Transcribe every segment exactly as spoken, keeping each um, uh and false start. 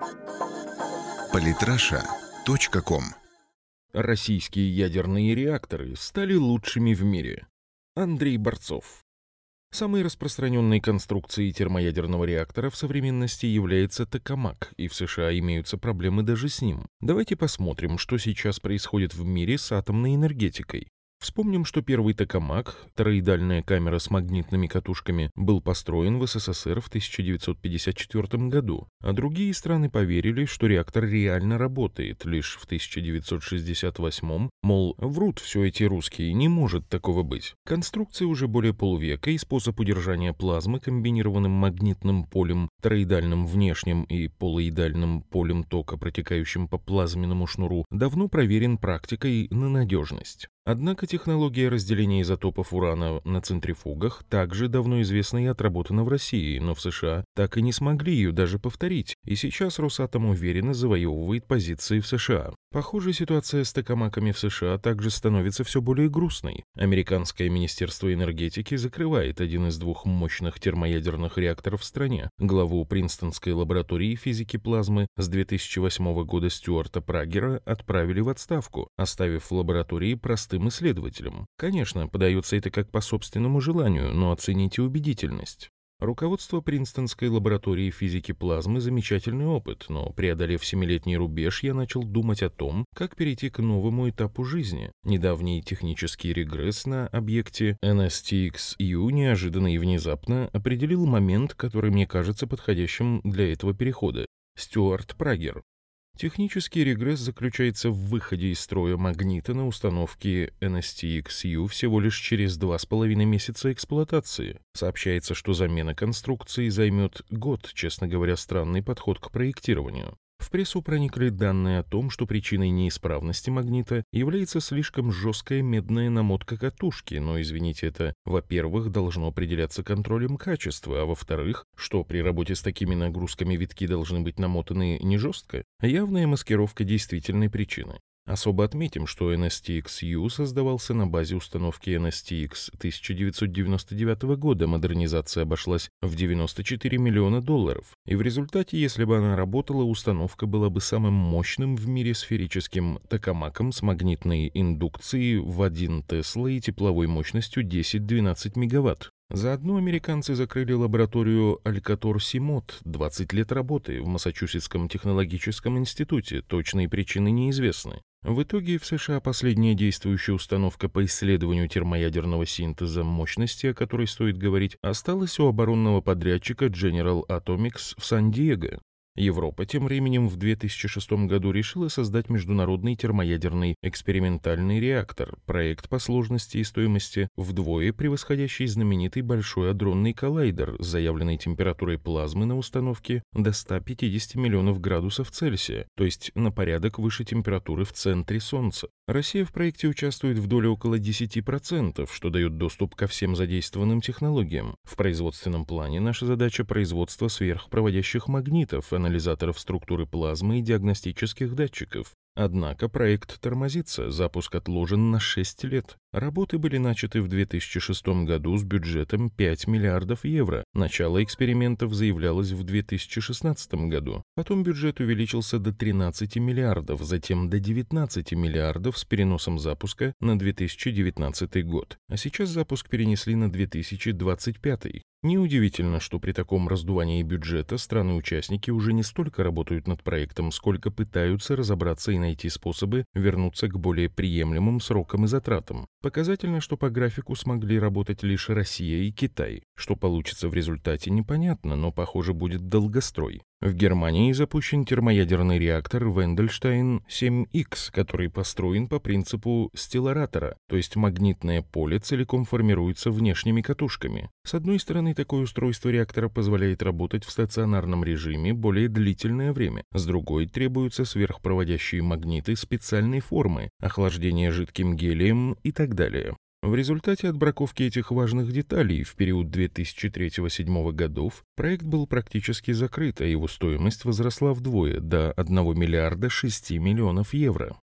политраша точка ком. Российские ядерные реакторы стали лучшими в мире. Андрей Борцов. Самой распространенной конструкцией термоядерного реактора в современности является токамак, и в США имеются проблемы даже с ним. Давайте посмотрим, что сейчас происходит в мире с атомной энергетикой. Вспомним, что первый токамак, тороидальная камера с магнитными катушками, был построен в СССР в тысяча девятьсот пятьдесят четвёртом году, а другие страны поверили, что реактор реально работает лишь в тысяча девятьсот шестьдесят восьмом, мол, врут все эти русские, не может такого быть. Конструкция уже более полувека и способ удержания плазмы комбинированным магнитным полем, тороидальным внешним и полоидальным полем тока, протекающим по плазменному шнуру, давно проверен практикой на надежность. Однако технология разделения изотопов урана на центрифугах также давно известна и отработана в России, но в США так и не смогли ее даже повторить, и сейчас Росатом уверенно завоевывает позиции в США. Похожая ситуация с токамаками в США также становится все более грустной. Американское министерство энергетики закрывает один из двух мощных термоядерных реакторов в стране. Главу Принстонской лаборатории физики плазмы с две тысячи восьмого года Стюарта Прагера отправили в отставку, оставив в лаборатории простым исследователям. Конечно, подается это как по собственному желанию, но оцените убедительность. Руководство Принстонской лаборатории физики плазмы – замечательный опыт, но, преодолев семилетний рубеж, я начал думать о том, как перейти к новому этапу жизни. Недавний технический регресс на объекте эн эс ти икс ю неожиданно и внезапно определил момент, который мне кажется подходящим для этого перехода. Стюарт Прагер. Технический регресс заключается в выходе из строя магнита на установке эн эс ти икс ю всего лишь через два с половиной месяца эксплуатации. Сообщается, что замена конструкции займет год, честно говоря, странный подход к проектированию. В прессу проникли данные о том, что причиной неисправности магнита является слишком жесткая медная намотка катушки, но, извините, это, во-первых, должно определяться контролем качества, а во-вторых, что при работе с такими нагрузками витки должны быть намотаны не жестко, а явная маскировка действительной причины. Особо отметим, что эн эс ти икс ю создавался на базе установки эн эс ти икс тысяча девятьсот девяносто девятого года, модернизация обошлась в девяносто четыре миллиона долларов, и в результате, если бы она работала, установка была бы самым мощным в мире сферическим токамаком с магнитной индукцией в один Тесла и тепловой мощностью десять-двенадцать мегаватт. Заодно американцы закрыли лабораторию Алькатор-Симот, двадцать лет работы в Массачусетском технологическом институте, точные причины неизвестны. В итоге в США последняя действующая установка по исследованию термоядерного синтеза мощности, о которой стоит говорить, осталась у оборонного подрядчика General Atomics в Сан-Диего. Европа тем временем в две тысячи шестом году решила создать международный термоядерный экспериментальный реактор, проект по сложности и стоимости вдвое превосходящий знаменитый Большой адронный коллайдер с заявленной температурой плазмы на установке до ста пятидесяти миллионов градусов Цельсия, то есть на порядок выше температуры в центре Солнца. Россия в проекте участвует в доле около десяти процентов, что дает доступ ко всем задействованным технологиям. В производственном плане наша задача – производство сверхпроводящих магнитов, анализаторов структуры плазмы и диагностических датчиков. Однако проект тормозится, запуск отложен на шесть лет. Работы были начаты в две тысячи шестом году с бюджетом пять миллиардов евро. Начало экспериментов заявлялось в две тысячи шестнадцатом году. Потом бюджет увеличился до тринадцати миллиардов, затем до девятнадцати миллиардов с переносом запуска на две тысячи девятнадцатый год. А сейчас запуск перенесли на две тысячи двадцать пятый. Неудивительно, что при таком раздувании бюджета страны-участники уже не столько работают над проектом, сколько пытаются разобраться и найти способы вернуться к более приемлемым срокам и затратам. Показательно, что по графику смогли работать лишь Россия и Китай. Что получится в результате, непонятно, но, похоже, будет долгострой. В Германии запущен термоядерный реактор Вендельштайн семь икс, который построен по принципу стелларатора, то есть магнитное поле целиком формируется внешними катушками. С одной стороны, такое устройство реактора позволяет работать в стационарном режиме более длительное время, с другой требуются сверхпроводящие магниты специальной формы, охлаждение жидким гелием и так далее. В результате отбраковки этих важных деталей в период две тысячи третьего — две тысячи седьмого годов проект был практически закрыт, а его стоимость возросла вдвое до одного миллиарда шести миллионов евро.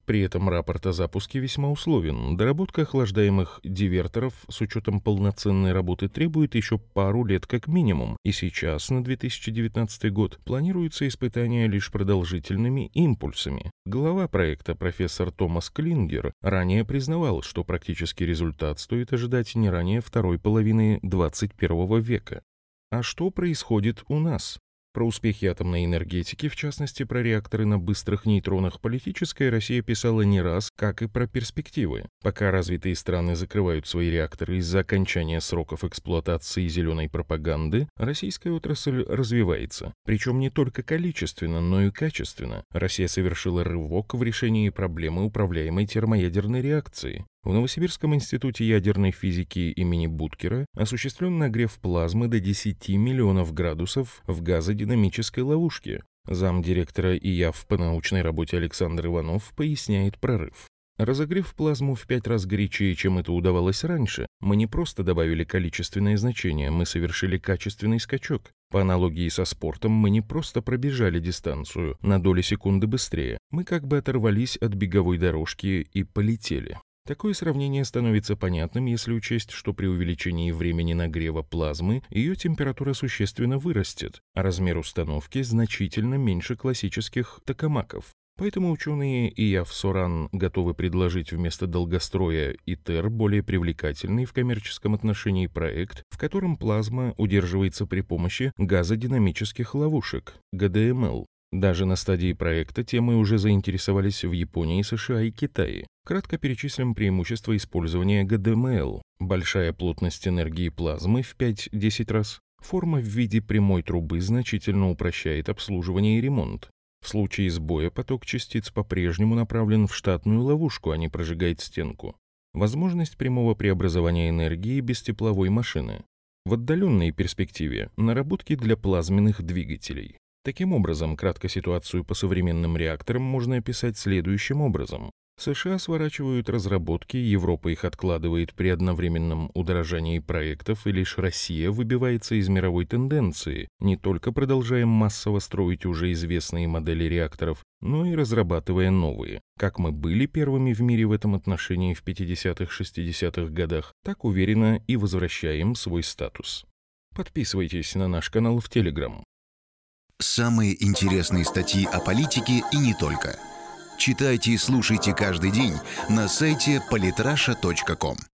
При этом рапорт о запуске весьма условен. Доработка охлаждаемых диверторов с учетом полноценной работы требует еще пару лет как минимум, и сейчас, на две тысячи девятнадцатый год, планируется испытание лишь продолжительными импульсами. Глава проекта профессор Томас Клингер ранее признавал, что практический результат стоит ожидать не ранее второй половины двадцать первого века. А что происходит у нас? Про успехи атомной энергетики, в частности про реакторы на быстрых нейтронах, политическая Россия писала не раз, как и про перспективы. Пока развитые страны закрывают свои реакторы из-за окончания сроков эксплуатации зеленой пропаганды, российская отрасль развивается. Причем не только количественно, но и качественно. Россия совершила рывок в решении проблемы управляемой термоядерной реакции. В Новосибирском институте ядерной физики имени Буткера осуществлен нагрев плазмы до десяти миллионов градусов в газодинамической ловушке. Замдиректора ИЯФ по научной работе Александр Иванов поясняет прорыв. Разогрев плазму в пять раз горячее, чем это удавалось раньше, мы не просто добавили количественное значение, мы совершили качественный скачок. По аналогии со спортом, мы не просто пробежали дистанцию на доли секунды быстрее, мы как бы оторвались от беговой дорожки и полетели. Такое сравнение становится понятным, если учесть, что при увеличении времени нагрева плазмы ее температура существенно вырастет, а размер установки значительно меньше классических токамаков. Поэтому ученые ИЯФ-Соран готовы предложить вместо долгостроя ИТЕР более привлекательный в коммерческом отношении проект, в котором плазма удерживается при помощи газодинамических ловушек (гэ дэ эм эл). Даже на стадии проекта темой уже заинтересовались в Японии, США и Китае. Кратко перечислим преимущества использования гэ дэ эм эл. Большая плотность энергии плазмы в пять-десять раз. Форма в виде прямой трубы значительно упрощает обслуживание и ремонт. В случае сбоя поток частиц по-прежнему направлен в штатную ловушку, а не прожигает стенку. Возможность прямого преобразования энергии без тепловой машины. В отдаленной перспективе наработки для плазменных двигателей. Таким образом, кратко ситуацию по современным реакторам можно описать следующим образом. США сворачивают разработки, Европа их откладывает при одновременном удорожании проектов, и лишь Россия выбивается из мировой тенденции, не только продолжая массово строить уже известные модели реакторов, но и разрабатывая новые. Как мы были первыми в мире в этом отношении в пятидесятых-шестидесятых годах, так уверенно и возвращаем свой статус. Подписывайтесь на наш канал в Telegram. Самые интересные статьи о политике и не только. Читайте и слушайте каждый день на сайте политраша точка ком.